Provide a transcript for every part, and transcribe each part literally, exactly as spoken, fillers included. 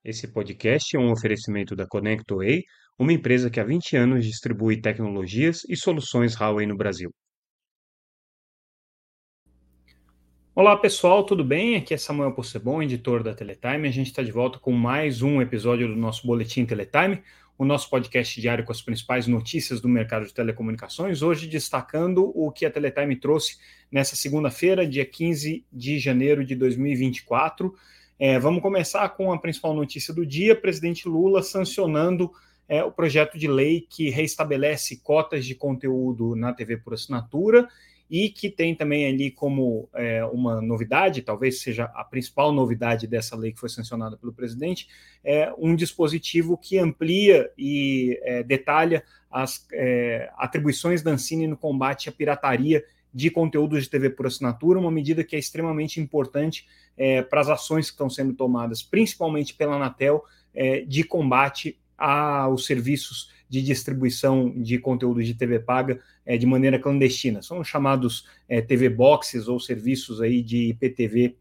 Esse podcast é um oferecimento da ConnectWay, uma empresa que há vinte anos distribui tecnologias e soluções Huawei no Brasil. Olá pessoal, tudo bem? Aqui é Samuel Possebon, editor da Teletime. A gente está de volta com mais um episódio do nosso Boletim Teletime, o nosso podcast diário com as principais notícias do mercado de telecomunicações. Hoje destacando o que a Teletime trouxe nessa segunda-feira, dia quinze de janeiro de dois mil e vinte e quatro. É, vamos começar com a principal notícia do dia: presidente Lula sancionando é, o projeto de lei que reestabelece cotas de conteúdo na T V por assinatura e que tem também ali como é, uma novidade, talvez seja a principal novidade dessa lei que foi sancionada pelo presidente, é um dispositivo que amplia e é, detalha as é, atribuições da Ancine no combate à pirataria de conteúdos de T V por assinatura, uma medida que é extremamente importante é, para as ações que estão sendo tomadas, principalmente pela Anatel, é, de combate aos serviços de distribuição de conteúdos de T V paga é, de maneira clandestina. São chamados é, T V Boxes ou serviços aí de I P T V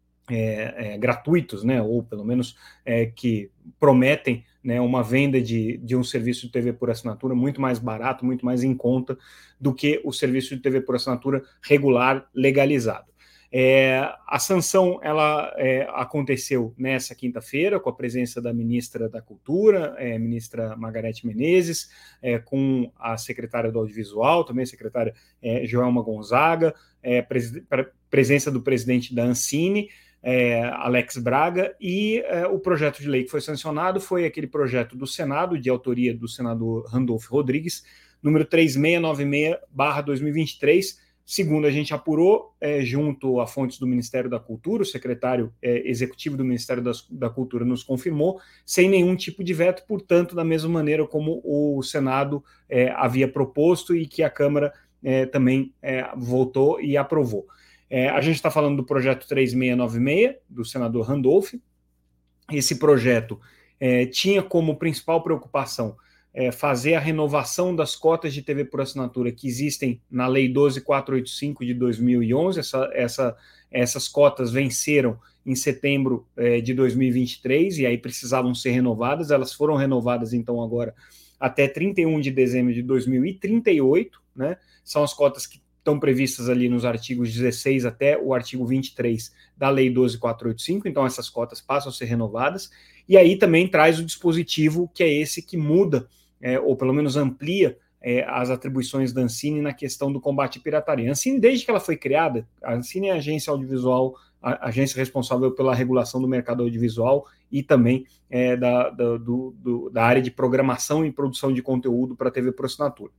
é, é, gratuitos, né, ou pelo menos é, que prometem, né, uma venda de, de um serviço de T V por assinatura muito mais barato, muito mais em conta do que o serviço de T V por assinatura regular legalizado. É, a sanção ela é, aconteceu nessa quinta-feira com a presença da ministra da Cultura, é, ministra Margarete Menezes, é, com a secretária do Audiovisual, também a secretária é, Joelma Gonzaga, é, pres presença do presidente da Ancine, é, Alex Braga, e é, o projeto de lei que foi sancionado foi aquele projeto do Senado, de autoria do senador Randolfo Rodrigues, número três seis nove seis barra dois mil e vinte e três. Segundo a gente apurou, é, junto a fontes do Ministério da Cultura, o secretário é, executivo do Ministério das, da Cultura nos confirmou, sem nenhum tipo de veto, portanto, da mesma maneira como o Senado é, havia proposto e que a Câmara é, também é, votou e aprovou. É, a gente está falando do projeto três seis nove seis, do senador Randolph. Esse projeto é, tinha como principal preocupação é, fazer a renovação das cotas de T V por assinatura que existem na Lei doze mil quatrocentos e oitenta e cinco de dois mil e onze. Essa, essa, essas cotas venceram em setembro é, de dois mil e vinte e três e aí precisavam ser renovadas. Elas foram renovadas, então, agora até trinta e um de dezembro de dois mil e trinta e oito, né? São as cotas que estão previstas ali nos artigos dezesseis até o artigo vinte e três da Lei doze mil quatrocentos e oitenta e cinco, então essas cotas passam a ser renovadas, e aí também traz o dispositivo que é esse que muda, é, ou pelo menos amplia, é, as atribuições da Ancine na questão do combate à pirataria. A Ancine, desde que ela foi criada, a Ancine é a agência audiovisual, a agência responsável pela regulação do mercado audiovisual e também é, da, da, do, do, da área de programação e produção de conteúdo para T V por assinatura.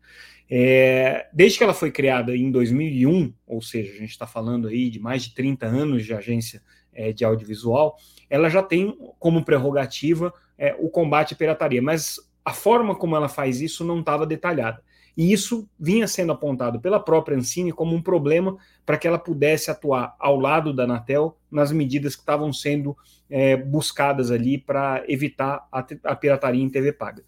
É, desde que ela foi criada em dois mil e um, ou seja, a gente está falando aí de mais de trinta anos de agência é, de audiovisual, ela já tem como prerrogativa é, o combate à pirataria, mas a forma como ela faz isso não estava detalhada. E isso vinha sendo apontado pela própria Ancine como um problema para que ela pudesse atuar ao lado da Anatel nas medidas que estavam sendo é, buscadas ali para evitar a, a pirataria em T V paga.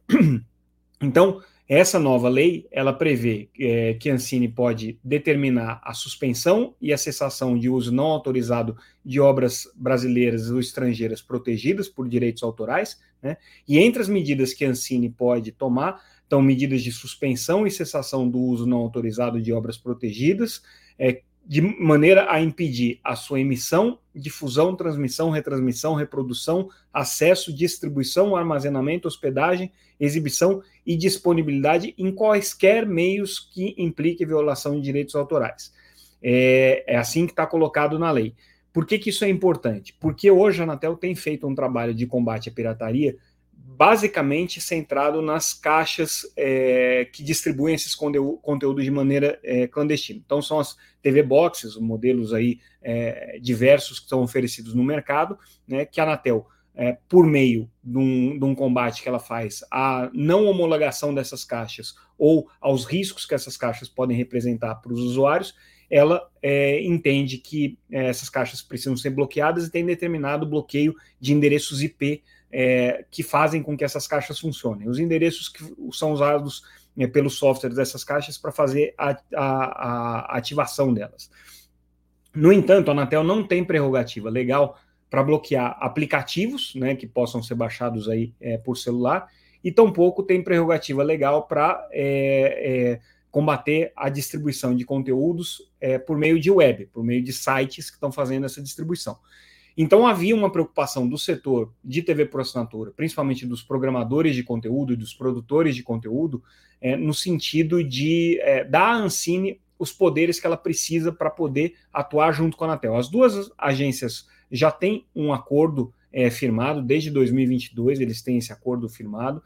Então, essa nova lei, ela prevê é, que a Ancine pode determinar a suspensão e a cessação de uso não autorizado de obras brasileiras ou estrangeiras protegidas por direitos autorais, né? E entre as medidas que a Ancine pode tomar, estão medidas de suspensão e cessação do uso não autorizado de obras protegidas, é, de maneira a impedir a sua emissão, difusão, transmissão, retransmissão, reprodução, acesso, distribuição, armazenamento, hospedagem, exibição e disponibilidade em quaisquer meios que impliquem violação de direitos autorais. É, é assim que está colocado na lei. Por que, que isso é importante? Porque hoje a Anatel tem feito um trabalho de combate à pirataria basicamente centrado nas caixas é, que distribuem esses conteúdos de maneira é, clandestina. Então, são as T V Boxes, modelos aí é, diversos que são oferecidos no mercado, né, que a Anatel, é, por meio de um, de um combate que ela faz à não homologação dessas caixas ou aos riscos que essas caixas podem representar para os usuários, ela é, entende que é, essas caixas precisam ser bloqueadas e tem determinado bloqueio de endereços I P É, que fazem com que essas caixas funcionem. Os endereços que são usados é, pelos softwares dessas caixas para fazer a, a, a ativação delas. No entanto, a Anatel não tem prerrogativa legal para bloquear aplicativos, né, que possam ser baixados aí é, por celular, e tampouco tem prerrogativa legal para é, é, combater a distribuição de conteúdos é, por meio de web, por meio de sites que estão fazendo essa distribuição. Então havia uma preocupação do setor de T V por assinatura, principalmente dos programadores de conteúdo e dos produtores de conteúdo, é, no sentido de é, dar à Ancine os poderes que ela precisa para poder atuar junto com a Anatel. As duas agências já têm um acordo é, firmado, desde dois mil e vinte e dois eles têm esse acordo firmado.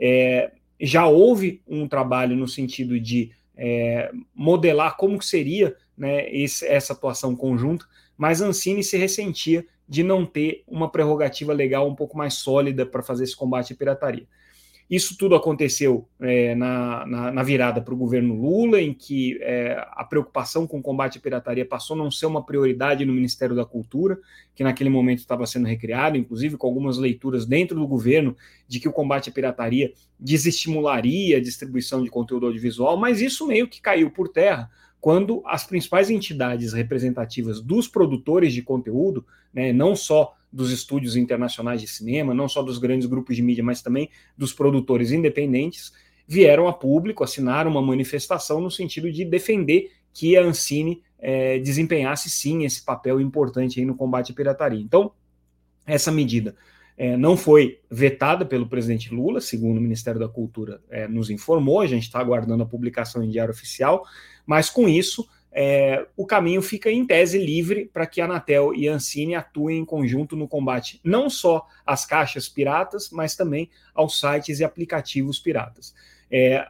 É, já houve um trabalho no sentido de é, modelar como que seria, né, esse, essa atuação conjunta, mas a Ancine se ressentia de não ter uma prerrogativa legal um pouco mais sólida para fazer esse combate à pirataria. Isso tudo aconteceu é, na, na, na virada para o governo Lula, em que é, a preocupação com o combate à pirataria passou a não ser uma prioridade no Ministério da Cultura, que naquele momento estava sendo recriado, inclusive com algumas leituras dentro do governo de que o combate à pirataria desestimularia a distribuição de conteúdo audiovisual, mas isso meio que caiu por terra quando as principais entidades representativas dos produtores de conteúdo, né, não só dos estúdios internacionais de cinema, não só dos grandes grupos de mídia, mas também dos produtores independentes, vieram a público, assinaram uma manifestação no sentido de defender que a Ancine é, desempenhasse sim esse papel importante aí no combate à pirataria. Então, essa medida é, não foi vetada pelo presidente Lula, segundo o Ministério da Cultura é, nos informou, a gente está aguardando a publicação em Diário Oficial, mas com isso É, o caminho fica em tese livre para que a Anatel e a Ancine atuem em conjunto no combate não só às caixas piratas, mas também aos sites e aplicativos piratas. É,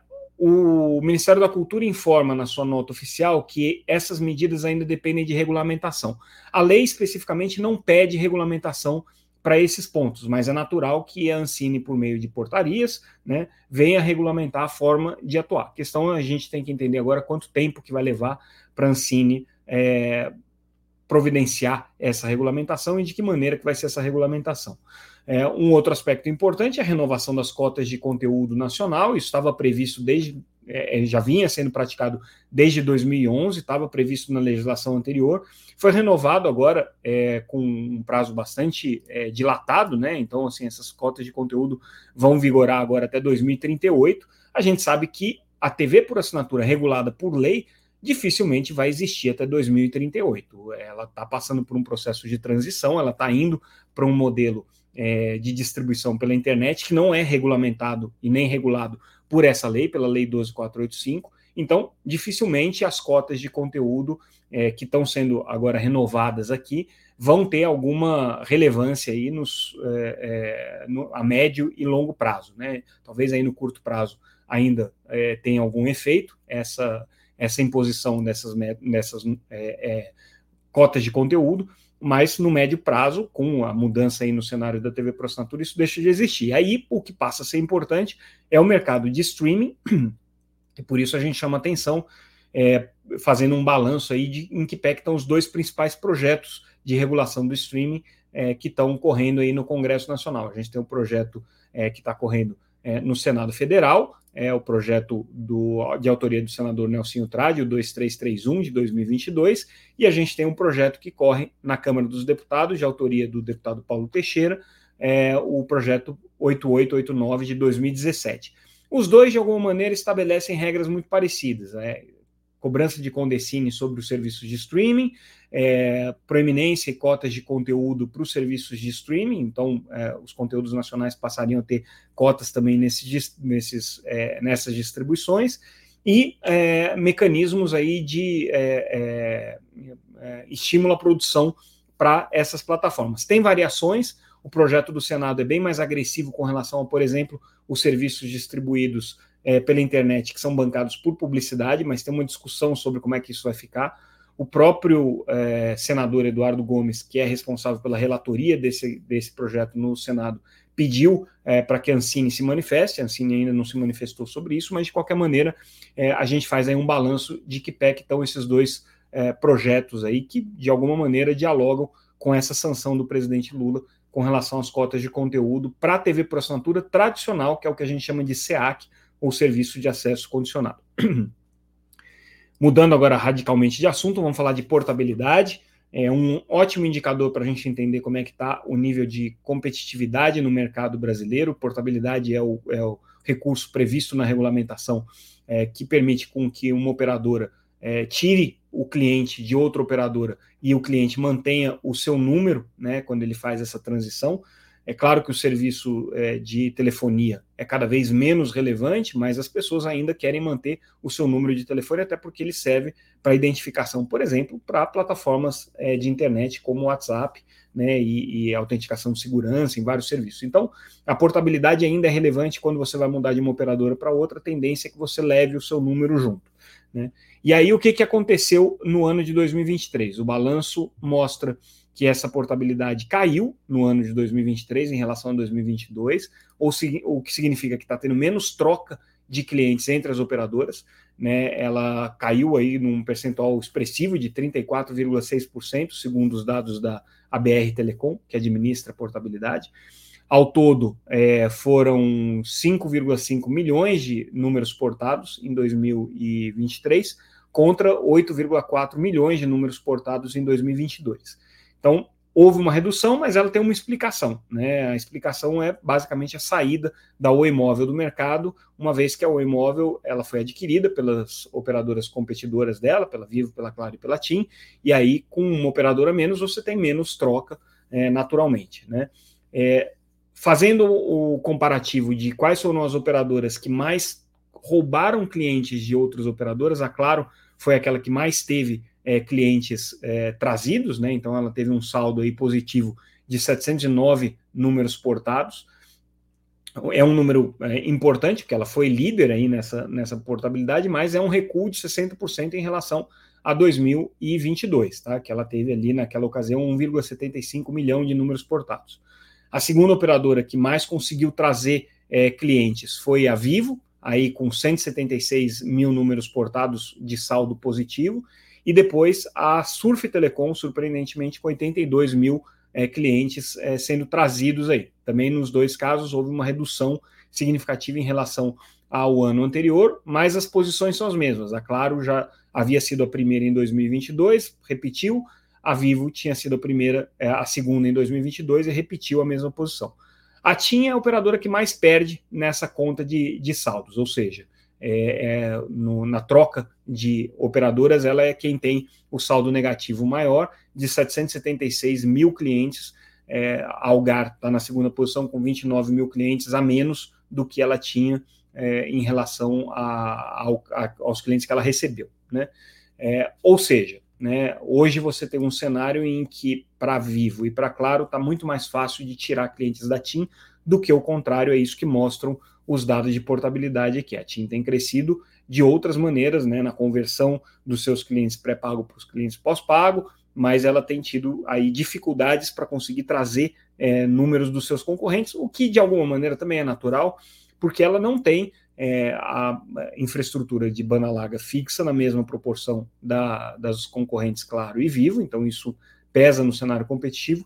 o Ministério da Cultura informa na sua nota oficial que essas medidas ainda dependem de regulamentação. A lei especificamente não pede regulamentação para esses pontos, mas é natural que a Ancine, por meio de portarias, né, venha regulamentar a forma de atuar. A questão é a gente tem que entender agora quanto tempo que vai levar para a Ancine é, providenciar essa regulamentação e de que maneira que vai ser essa regulamentação. É, um outro aspecto importante é a renovação das cotas de conteúdo nacional, isso estava previsto desde, é, já vinha sendo praticado desde dois mil e onze, estava previsto na legislação anterior, foi renovado agora é, com um prazo bastante é, dilatado, né? Então, assim, essas cotas de conteúdo vão vigorar agora até dois mil e trinta e oito. A gente sabe que a T V por assinatura regulada por lei dificilmente vai existir até dois mil e trinta e oito. Ela está passando por um processo de transição, ela está indo para um modelo é, de distribuição pela internet que não é regulamentado e nem regulado por essa lei, pela Lei doze mil quatrocentos e oitenta e cinco. Então, dificilmente as cotas de conteúdo é, que estão sendo agora renovadas aqui vão ter alguma relevância aí nos, é, é, no, a médio e longo prazo, né? Talvez aí no curto prazo ainda é, tenha algum efeito essa essa imposição dessas, dessas é, é, cotas de conteúdo, mas no médio prazo, com a mudança aí no cenário da T V por assinatura, isso deixa de existir. Aí, o que passa a ser importante é o mercado de streaming, e por isso a gente chama atenção, é, fazendo um balanço aí de em que pé que estão os dois principais projetos de regulação do streaming é, que estão correndo aí no Congresso Nacional. A gente tem um projeto é, que está correndo é, no Senado Federal, é o projeto do, de autoria do senador Nelsinho Tradi, o dois três três um de dois mil e vinte e dois, e a gente tem um projeto que corre na Câmara dos Deputados, de autoria do deputado Paulo Teixeira, é, o projeto oito oito oito nove de dois mil e dezessete. Os dois, de alguma maneira, estabelecem regras muito parecidas, né? Cobrança de Condecine sobre os serviços de streaming, é, proeminência e cotas de conteúdo para os serviços de streaming, então é, os conteúdos nacionais passariam a ter cotas também nesses, nesses, é, nessas distribuições, e é, mecanismos aí de é, é, é, estímulo à produção para essas plataformas. Tem variações, o projeto do Senado é bem mais agressivo com relação a, por exemplo, os serviços distribuídos É, pela internet, que são bancados por publicidade, mas tem uma discussão sobre como é que isso vai ficar. O próprio é, senador Eduardo Gomes, que é responsável pela relatoria desse, desse projeto no Senado, pediu é, para que a Ancine se manifeste. A Ancine ainda não se manifestou sobre isso, mas de qualquer maneira é, a gente faz aí um balanço de que pé que estão esses dois é, projetos aí que de alguma maneira dialogam com essa sanção do presidente Lula com relação às cotas de conteúdo para a T V por assinatura tradicional, que é o que a gente chama de S E A C, ou Serviço de Acesso Condicionado. Mudando agora radicalmente de assunto, vamos falar de portabilidade. é um ótimo indicador para a gente entender como é que está o nível de competitividade no mercado brasileiro. Portabilidade é o, é o recurso previsto na regulamentação é, que permite com que uma operadora é, tire o cliente de outra operadora e o cliente mantenha o seu número, né, quando ele faz essa transição. É claro que o serviço é, de telefonia é cada vez menos relevante, mas as pessoas ainda querem manter o seu número de telefone, até porque ele serve para identificação, por exemplo, para plataformas é, de internet como o WhatsApp, né, e, e autenticação de segurança em vários serviços. Então, a portabilidade ainda é relevante quando você vai mudar de uma operadora para outra, a tendência é que você leve o seu número junto, né? E aí, o que, que aconteceu no ano de dois mil e vinte e três? O balanço mostra que essa portabilidade caiu no ano de dois mil e vinte e três em relação a dois mil e vinte e dois, ou o que significa que está tendo menos troca de clientes entre as operadoras, né? Ela caiu aí num percentual expressivo de trinta e quatro vírgula seis por cento, segundo os dados da A B R Telecom, que administra a portabilidade. Ao todo, é, foram cinco vírgula cinco milhões de números portados em dois mil e vinte e três, contra oito vírgula quatro milhões de números portados em dois mil e vinte e dois. Então, houve uma redução, mas ela tem uma explicação, né? A explicação é basicamente a saída da Oi Móvel do mercado, uma vez que a Oi Móvel ela foi adquirida pelas operadoras competidoras dela, pela Vivo, pela Claro e pela TIM, e aí, com uma operadora menos, você tem menos troca é, naturalmente, né? É, fazendo o comparativo de quais foram as operadoras que mais roubaram clientes de outras operadoras, a Claro foi aquela que mais teve É, clientes é, trazidos, né? Então ela teve um saldo aí positivo de setecentos e nove números portados. É um número é, importante, porque ela foi líder aí nessa, nessa portabilidade, mas é um recuo de sessenta por cento em relação a dois mil e vinte e dois, tá? Que ela teve ali naquela ocasião um vírgula setenta e cinco milhão de números portados. A segunda operadora que mais conseguiu trazer é, clientes foi a Vivo, aí com cento e setenta e seis mil números portados de saldo positivo, e depois a Surf Telecom, surpreendentemente, com oitenta e dois mil é, clientes é, sendo trazidos aí. Também nos dois casos houve uma redução significativa em relação ao ano anterior, mas as posições são as mesmas. A Claro já havia sido a primeira em dois mil e vinte e dois, repetiu. A Vivo tinha sido a primeira, é, a segunda em dois mil e vinte e dois e repetiu a mesma posição. A TIM é a operadora que mais perde nessa conta de, de saldos, ou seja, É, é, no, na troca de operadoras, ela é quem tem o saldo negativo maior, de setecentos e setenta e seis mil clientes. É, a Algar está na segunda posição com vinte e nove mil clientes a menos do que ela tinha é, em relação a, a, a, aos clientes que ela recebeu, né? É, ou seja, né, hoje você tem um cenário em que para Vivo e para Claro está muito mais fácil de tirar clientes da TIM do que o contrário, é isso que mostram os dados de portabilidade aqui. A TIM tem crescido de outras maneiras, né, na conversão dos seus clientes pré-pago para os clientes pós-pago, mas ela tem tido aí dificuldades para conseguir trazer é, números dos seus concorrentes, o que de alguma maneira também é natural, porque ela não tem é, a infraestrutura de banda larga fixa na mesma proporção da, das concorrentes Claro e Vivo, então isso pesa no cenário competitivo,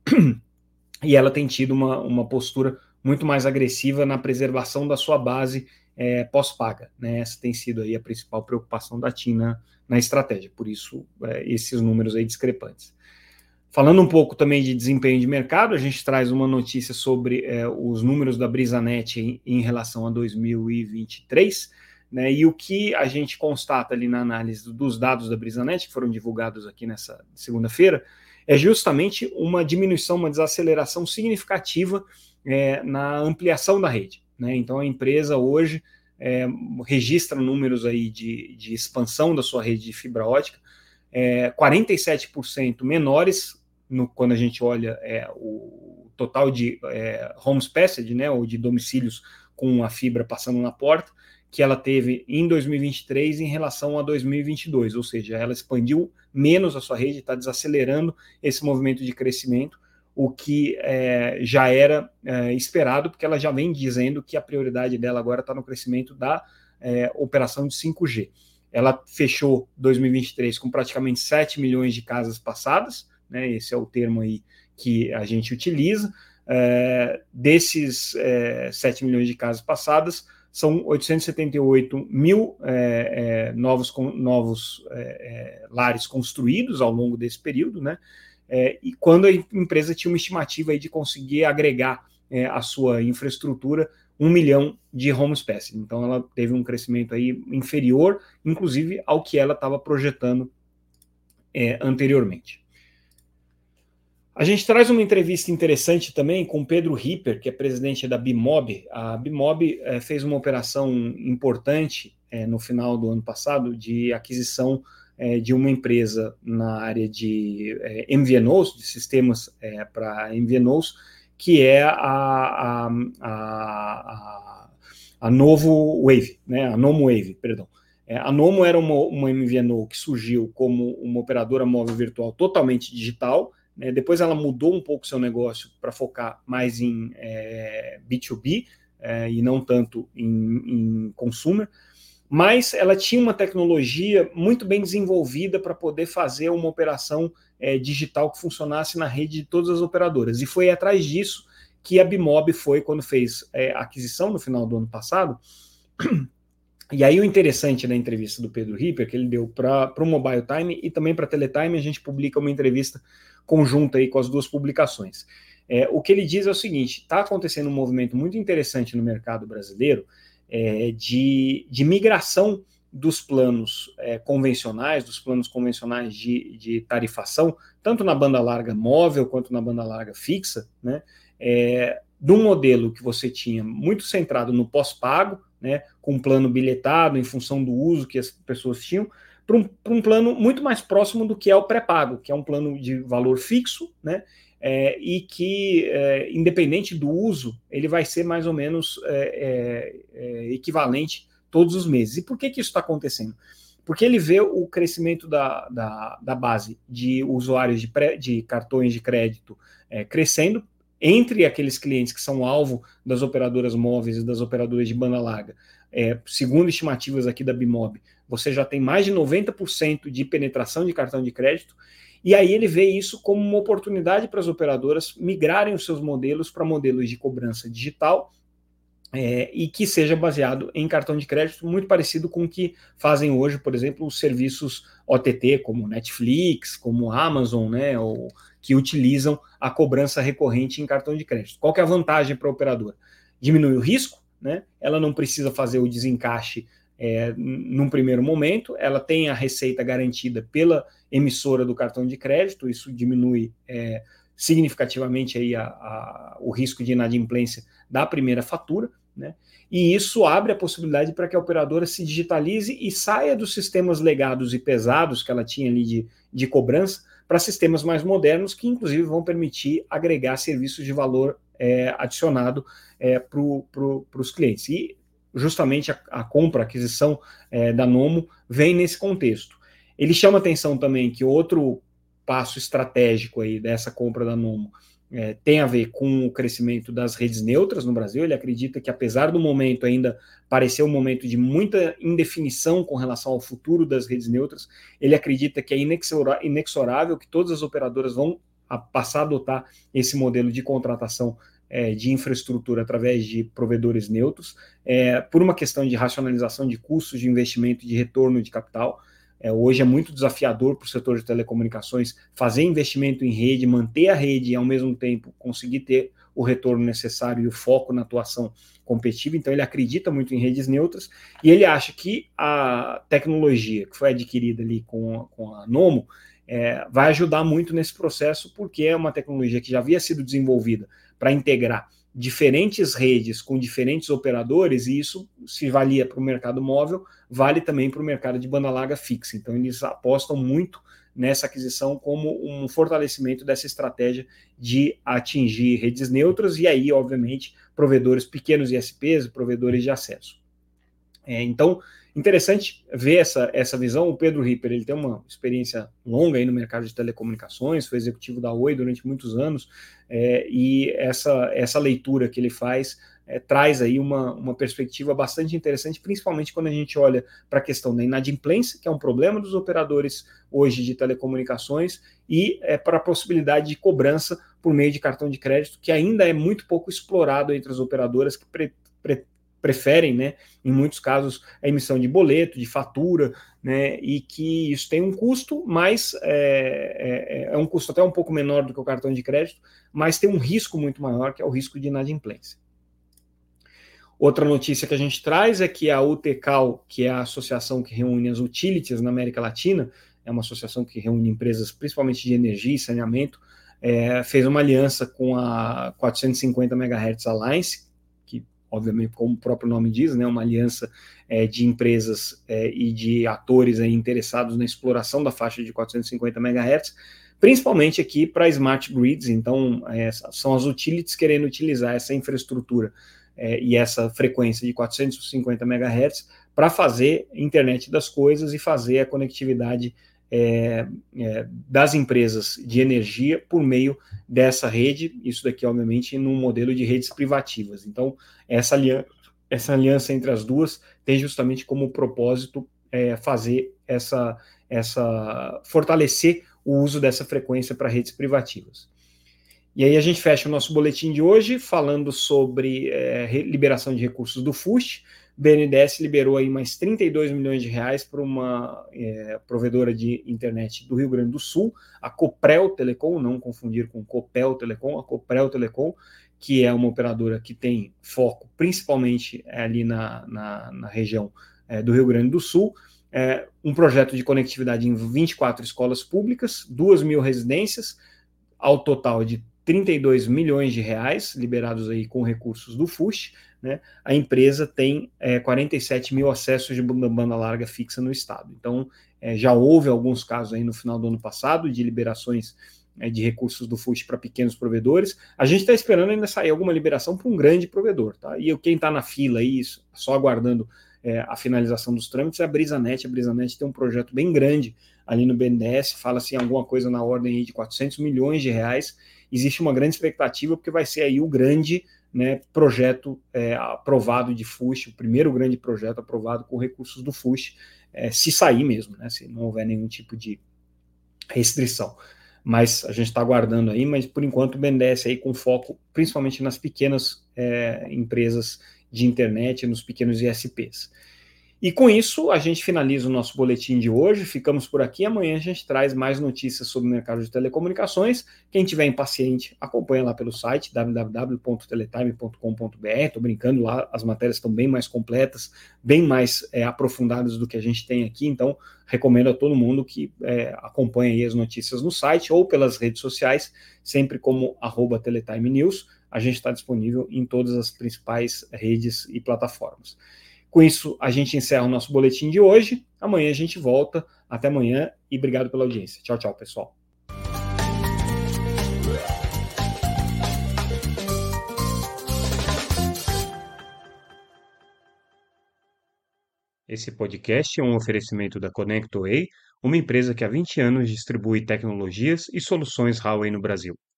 e ela tem tido uma, uma postura muito mais agressiva na preservação da sua base é, pós-paga, né? Essa tem sido aí a principal preocupação da TIM na, na estratégia, por isso é, esses números aí discrepantes. Falando um pouco também de desempenho de mercado, a gente traz uma notícia sobre é, os números da Brisanet em, em relação a dois mil e vinte e três, né? E o que a gente constata ali na análise dos dados da Brisanet, que foram divulgados aqui nessa segunda-feira, é justamente uma diminuição, uma desaceleração significativa é, na ampliação da rede, né? Então a empresa hoje é, registra números aí de, de expansão da sua rede de fibra ótica, é, quarenta e sete por cento menores no, quando a gente olha é, o total de é, homes passed, né, ou de domicílios com a fibra passando na porta, que ela teve em dois mil e vinte e três em relação a dois mil e vinte e dois, ou seja, ela expandiu menos a sua rede, está desacelerando esse movimento de crescimento, o que é, já era é, esperado, porque ela já vem dizendo que a prioridade dela agora está no crescimento da é, operação de cinco G. Ela fechou dois mil e vinte e três com praticamente sete milhões de casas passadas, né, esse é o termo aí que a gente utiliza. É, desses é, sete milhões de casas passadas, são oitocentos e setenta e oito mil é, é, novos, novos é, é, lares construídos ao longo desse período, né? É, e quando a empresa tinha uma estimativa aí de conseguir agregar é, a sua infraestrutura um milhão de homes passed. Então ela teve um crescimento aí inferior, inclusive, ao que ela estava projetando é, anteriormente. A gente traz uma entrevista interessante também com Pedro Ripper, que é presidente da Bimob. A Bimob é, fez uma operação importante é, no final do ano passado de aquisição é, de uma empresa na área de é, M V N Os, de sistemas é, para M V N Os, que é a, a, a, a, a Novo Wave, né? A Nomo Wave, perdão. É, a Nomo era uma, uma M V N O que surgiu como uma operadora móvel virtual totalmente digital. Né? Depois ela mudou um pouco seu negócio para focar mais em é, B dois B é, e não tanto em, em consumer, mas ela tinha uma tecnologia muito bem desenvolvida para poder fazer uma operação é, digital que funcionasse na rede de todas as operadoras. E foi atrás disso que a Bimob foi quando fez é, a aquisição no final do ano passado. E aí o interessante da entrevista do Pedro Ripper, que ele deu para o Mobile Time e também para a Teletime, a gente publica uma entrevista conjunta aí com as duas publicações. É, o que ele diz é o seguinte: está acontecendo um movimento muito interessante no mercado brasileiro é, de, de migração dos planos é, convencionais, dos planos convencionais de, de tarifação, tanto na banda larga móvel quanto na banda larga fixa, né, é, de um modelo que você tinha muito centrado no pós-pago, né, com um plano bilhetado em função do uso que as pessoas tinham, para um, para um plano muito mais próximo do que é o pré-pago, que é um plano de valor fixo, né, é, e que, é, independente do uso, ele vai ser mais ou menos é, é, equivalente todos os meses. E por que, que isso está acontecendo? Porque ele vê o crescimento da, da, da base de usuários de, pré, de cartões de crédito é, crescendo, entre aqueles clientes que são alvo das operadoras móveis e das operadoras de banda larga. É, segundo estimativas aqui da Bimob, você já tem mais de noventa por cento de penetração de cartão de crédito, e aí ele vê isso como uma oportunidade para as operadoras migrarem os seus modelos para modelos de cobrança digital, É, e que seja baseado em cartão de crédito, muito parecido com o que fazem hoje, por exemplo, os serviços O T T, como Netflix, como Amazon, né, ou, que utilizam a cobrança recorrente em cartão de crédito. Qual que é a vantagem para a operadora? Diminui o risco, né, ela não precisa fazer o desencaixe é, num primeiro momento, ela tem a receita garantida pela emissora do cartão de crédito, isso diminui é, significativamente aí a, a, o risco de inadimplência da primeira fatura, né? E isso abre a possibilidade para que a operadora se digitalize e saia dos sistemas legados e pesados que ela tinha ali de, de cobrança para sistemas mais modernos que inclusive vão permitir agregar serviços de valor é, adicionado é, para pro, os clientes. E justamente a, a compra, a aquisição é, da Nomo vem nesse contexto. Ele chama atenção também que outro passo estratégico aí dessa compra da Nomo É, tem a ver com o crescimento das redes neutras no Brasil. Ele acredita que, apesar do momento ainda parecer um momento de muita indefinição com relação ao futuro das redes neutras, ele acredita que é inexorável que todas as operadoras vão a passar a adotar esse modelo de contratação é, de infraestrutura através de provedores neutros, é, por uma questão de racionalização de custos de investimento e de retorno de capital. É, hoje é muito desafiador para o setor de telecomunicações fazer investimento em rede, manter a rede e, ao mesmo tempo, conseguir ter o retorno necessário e o foco na atuação competitiva. Então, ele acredita muito em redes neutras e ele acha que a tecnologia que foi adquirida ali com a, com a Nomo é, vai ajudar muito nesse processo, porque é uma tecnologia que já havia sido desenvolvida para integrar diferentes redes com diferentes operadores, e isso se valia para o mercado móvel, vale também para o mercado de banda larga fixa. Então eles apostam muito nessa aquisição como um fortalecimento dessa estratégia de atingir redes neutras e aí, obviamente, provedores pequenos I S Ps, provedores de acesso. É, então, interessante ver essa, essa visão. O Pedro Ripper, ele tem uma experiência longa aí no mercado de telecomunicações, foi executivo da Oi durante muitos anos, é, e essa, essa leitura que ele faz é, traz aí uma, uma perspectiva bastante interessante, principalmente quando a gente olha para a questão da inadimplência, que é um problema dos operadores hoje de telecomunicações, e é, para a possibilidade de cobrança por meio de cartão de crédito, que ainda é muito pouco explorado entre as operadoras que pre, pre, preferem, né, em muitos casos, a emissão de boleto, de fatura, né, e que isso tem um custo, mas é, é, é um custo até um pouco menor do que o cartão de crédito, mas tem um risco muito maior, que é o risco de inadimplência. Outra notícia que a gente traz é que a UTCAL, que é a associação que reúne as utilities na América Latina, é uma associação que reúne empresas principalmente de energia e saneamento, é, fez uma aliança com a quatrocentos e cinquenta megahertz Alliance, que obviamente, como o próprio nome diz, né, uma aliança é, de empresas é, e de atores aí interessados na exploração da faixa de quatrocentos e cinquenta megahertz, principalmente aqui para smart grids. Então, é, são as utilities querendo utilizar essa infraestrutura É, e essa frequência de quatrocentos e cinquenta megahertz para fazer internet das coisas e fazer a conectividade é, é, das empresas de energia por meio dessa rede, isso daqui obviamente num modelo de redes privativas. Então essa aliança, essa aliança entre as duas tem justamente como propósito é, fazer essa, essa fortalecer o uso dessa frequência para redes privativas. E aí a gente fecha o nosso boletim de hoje falando sobre é, liberação de recursos do F U S T. B N D E S liberou aí mais trinta e dois milhões de reais para uma é, provedora de internet do Rio Grande do Sul, a Coprel Telecom, não confundir com Copel Telecom, a Coprel Telecom, que é uma operadora que tem foco principalmente ali na, na, na região é, do Rio Grande do Sul. É, um projeto de conectividade em vinte e quatro escolas públicas, duas mil residências, ao total de trinta e dois milhões de reais liberados aí com recursos do F U S T, né? A empresa tem é, quarenta e sete mil acessos de banda larga fixa no estado. Então, é, já houve alguns casos aí no final do ano passado de liberações é, de recursos do F U S T para pequenos provedores. A gente está esperando ainda sair alguma liberação para um grande provedor, tá? E quem está na fila aí, só aguardando é, a finalização dos trâmites, é a Brisanet. A Brisanet tem um projeto bem grande ali no B N D E S, fala-se em alguma coisa na ordem aí de quatrocentos milhões de reais. Existe uma grande expectativa, porque vai ser aí o grande, né, projeto é, aprovado de F U S T, o primeiro grande projeto aprovado com recursos do F U S T, é, se sair mesmo, né, se não houver nenhum tipo de restrição. Mas a gente está aguardando aí, mas por enquanto o B N D E S aí com foco principalmente nas pequenas é, empresas de internet, nos pequenos I S Ps. E com isso, a gente finaliza o nosso boletim de hoje. Ficamos por aqui. Amanhã a gente traz mais notícias sobre o mercado de telecomunicações. Quem tiver impaciente, acompanha lá pelo site w w w ponto teletime ponto com ponto b r. Estou brincando lá, as matérias estão bem mais completas, bem mais é, aprofundadas do que a gente tem aqui. Então, recomendo a todo mundo que é, acompanhe aí as notícias no site ou pelas redes sociais, sempre como arroba Teletime News. A gente está disponível em todas as principais redes e plataformas. Com isso, a gente encerra o nosso boletim de hoje. Amanhã a gente volta. Até amanhã e obrigado pela audiência. Tchau, tchau, pessoal. Esse podcast é um oferecimento da ConnectWay, uma empresa que há vinte anos distribui tecnologias e soluções Huawei no Brasil.